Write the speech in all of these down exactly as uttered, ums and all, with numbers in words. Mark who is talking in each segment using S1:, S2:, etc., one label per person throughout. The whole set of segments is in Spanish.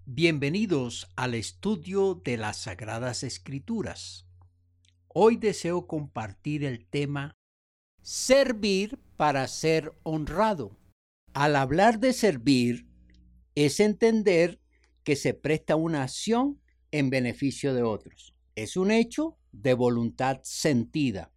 S1: Bienvenidos al estudio de las Sagradas Escrituras. Hoy deseo compartir el tema Servir para ser honrado. Al hablar de servir, es entender que se presta una acción en beneficio de otros. Es un hecho de voluntad sentida.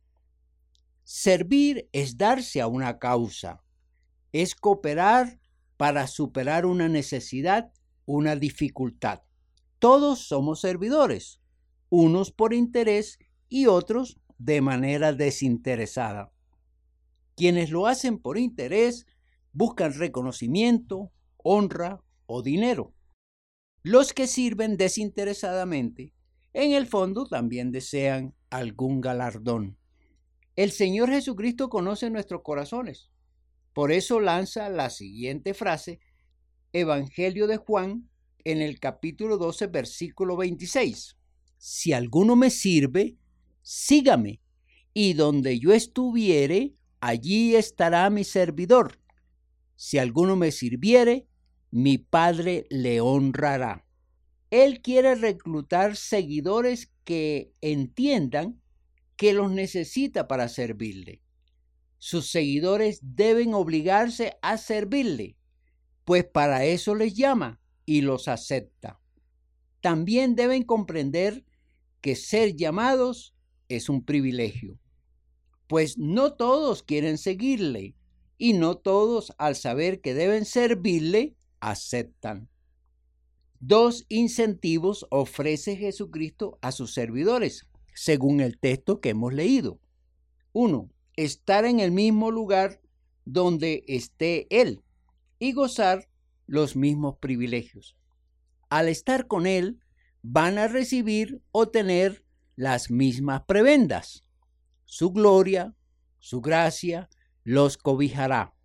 S1: Servir es darse a una causa, es cooperar para superar una necesidad, una dificultad. Todos somos servidores, unos por interés y otros de manera desinteresada. Quienes lo hacen por interés buscan reconocimiento, honra o dinero. Los que sirven desinteresadamente, en el fondo también desean algún galardón. El Señor Jesucristo conoce nuestros corazones. Por eso lanza la siguiente frase, Evangelio de Juan, en el capítulo doce, versículo veintiséis. Si alguno me sirve, sígame, y donde yo estuviere, allí estará mi servidor. Si alguno me sirviere, mi Padre le honrará. Él quiere reclutar seguidores que entiendan que los necesita para servirle. Sus seguidores deben obligarse a servirle, pues para eso les llama y los acepta. También deben comprender que ser llamados es un privilegio, pues no todos quieren seguirle y no todos, al saber que deben servirle, aceptan. Dos incentivos ofrece Jesucristo a sus servidores, según el texto que hemos leído. Uno, estar en el mismo lugar donde esté Él y gozar los mismos privilegios. Al estar con Él, van a recibir o tener las mismas prebendas. Su gloria, su gracia, los cobijará.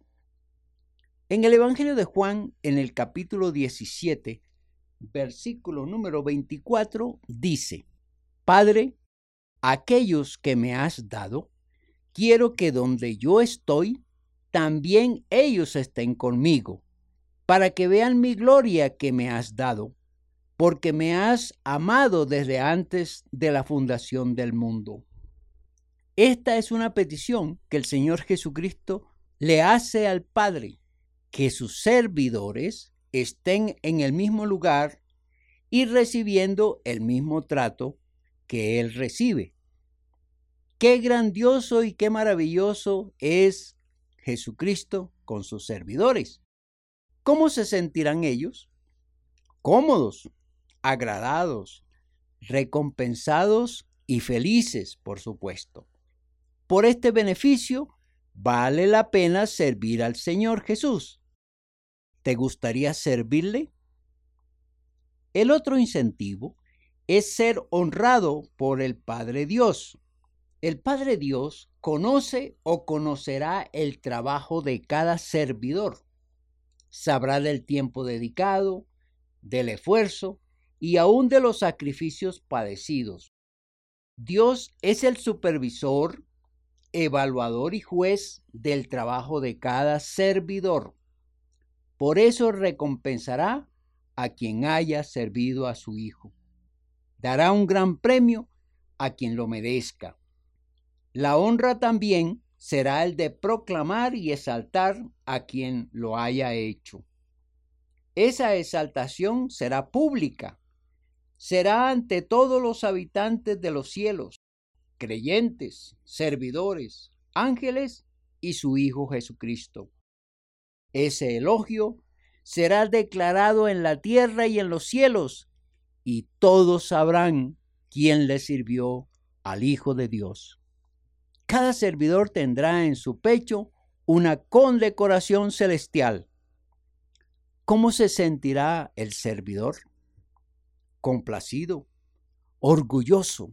S1: En el Evangelio de Juan, en el capítulo diecisiete, versículo número veinticuatro, dice: Padre, aquellos que me has dado, quiero que donde yo estoy, también ellos estén conmigo, para que vean mi gloria que me has dado, porque me has amado desde antes de la fundación del mundo. Esta es una petición que el Señor Jesucristo le hace al Padre, que sus servidores estén en el mismo lugar y recibiendo el mismo trato que Él recibe. Qué grandioso y qué maravilloso es Jesucristo con sus servidores. ¿Cómo se sentirán ellos? Cómodos, agradados, recompensados y felices, por supuesto. Por este beneficio, vale la pena servir al Señor Jesús. ¿Te gustaría servirle? El otro incentivo es ser honrado por el Padre Dios. El Padre Dios conoce o conocerá el trabajo de cada servidor. Sabrá del tiempo dedicado, del esfuerzo y aún de los sacrificios padecidos. Dios es el supervisor, evaluador y juez del trabajo de cada servidor. Por eso recompensará a quien haya servido a su Hijo. Dará un gran premio a quien lo merezca. La honra también será el de proclamar y exaltar a quien lo haya hecho. Esa exaltación será pública, será ante todos los habitantes de los cielos, creyentes, servidores, ángeles y su Hijo Jesucristo. Ese elogio será declarado en la tierra y en los cielos, y todos sabrán quién le sirvió al Hijo de Dios. Cada servidor tendrá en su pecho una condecoración celestial. ¿Cómo se sentirá el servidor? Complacido, orgulloso,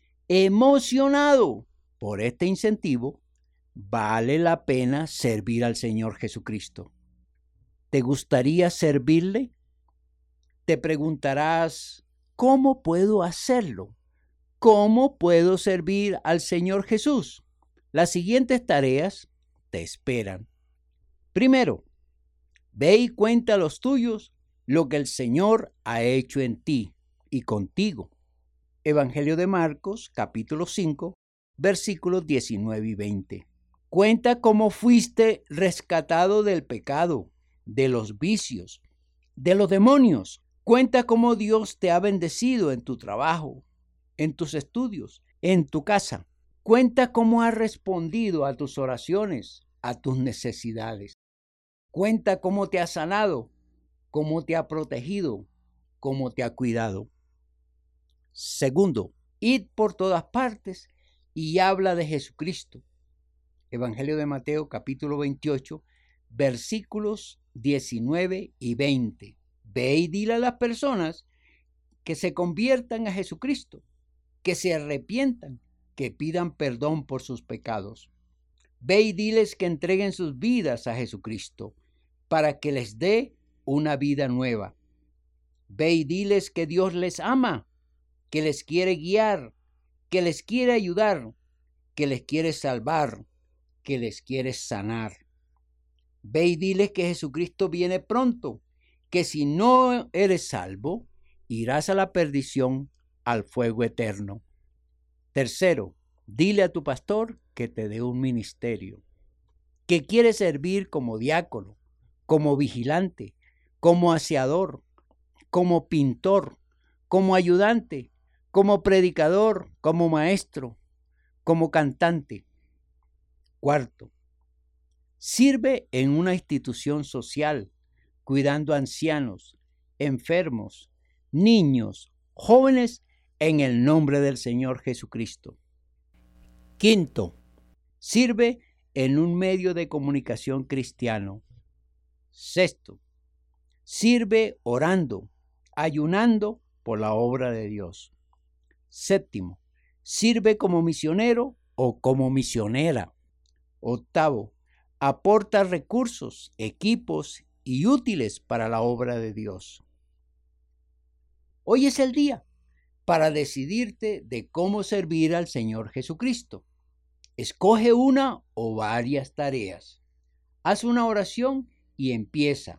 S1: emocionado. Por este incentivo, vale la pena servir al Señor Jesucristo. ¿Te gustaría servirle? Te preguntarás, ¿cómo puedo hacerlo? ¿Cómo puedo servir al Señor Jesús? Las siguientes tareas te esperan. Primero, ve y cuenta a los tuyos lo que el Señor ha hecho en ti y contigo. Evangelio de Marcos, capítulo cinco, versículos diecinueve y veinte. Cuenta cómo fuiste rescatado del pecado, de los vicios, de los demonios. Cuenta cómo Dios te ha bendecido en tu trabajo, en tus estudios, en tu casa. Cuenta cómo ha respondido a tus oraciones, a tus necesidades. Cuenta cómo te ha sanado, cómo te ha protegido, cómo te ha cuidado. Segundo, id por todas partes y habla de Jesucristo. Evangelio de Mateo, capítulo veintiocho, versículos diecinueve y veinte. Ve y dile a las personas que se conviertan a Jesucristo, que se arrepientan, que pidan perdón por sus pecados. Ve y diles que entreguen sus vidas a Jesucristo para que les dé una vida nueva. Ve y diles que Dios les ama, que les quiere guiar, que les quiere ayudar, que les quiere salvar, que les quiere sanar. Ve y diles que Jesucristo viene pronto, que si no eres salvo, irás a la perdición, al fuego eterno. Tercero, dile a tu pastor que te dé un ministerio, que quiere servir como diácono, como vigilante, como aseador, como pintor, como ayudante, como predicador, como maestro, como cantante. Cuarto, sirve en una institución social, cuidando a ancianos, enfermos, niños, jóvenes, en el nombre del Señor Jesucristo. Quinto, sirve en un medio de comunicación cristiano. Sexto, sirve orando, ayunando por la obra de Dios. Séptimo, sirve como misionero o como misionera. Octavo, aporta recursos, equipos y útiles para la obra de Dios. Hoy es el día para decidirte de cómo servir al Señor Jesucristo. Escoge una o varias tareas. Haz una oración y empieza.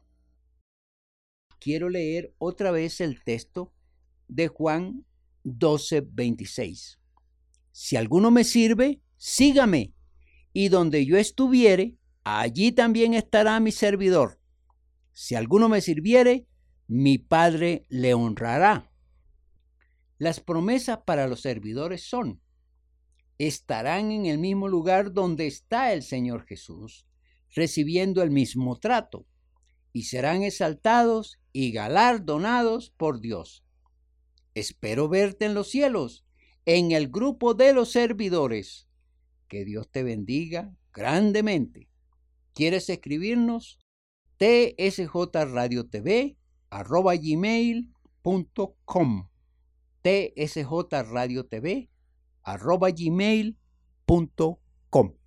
S1: Quiero leer otra vez el texto de Juan doce, veintiséis. Si alguno me sirve, sígame, y donde yo estuviere, allí también estará mi servidor. Si alguno me sirviere, mi Padre le honrará. Las promesas para los servidores son: estarán en el mismo lugar donde está el Señor Jesús, recibiendo el mismo trato, y serán exaltados y galardonados por Dios. Espero verte en los cielos, en el grupo de los servidores. Que Dios te bendiga grandemente. ¿Quieres escribirnos? tsjradiotv arroba gmail punto com tsjradiotv arroba gmail punto com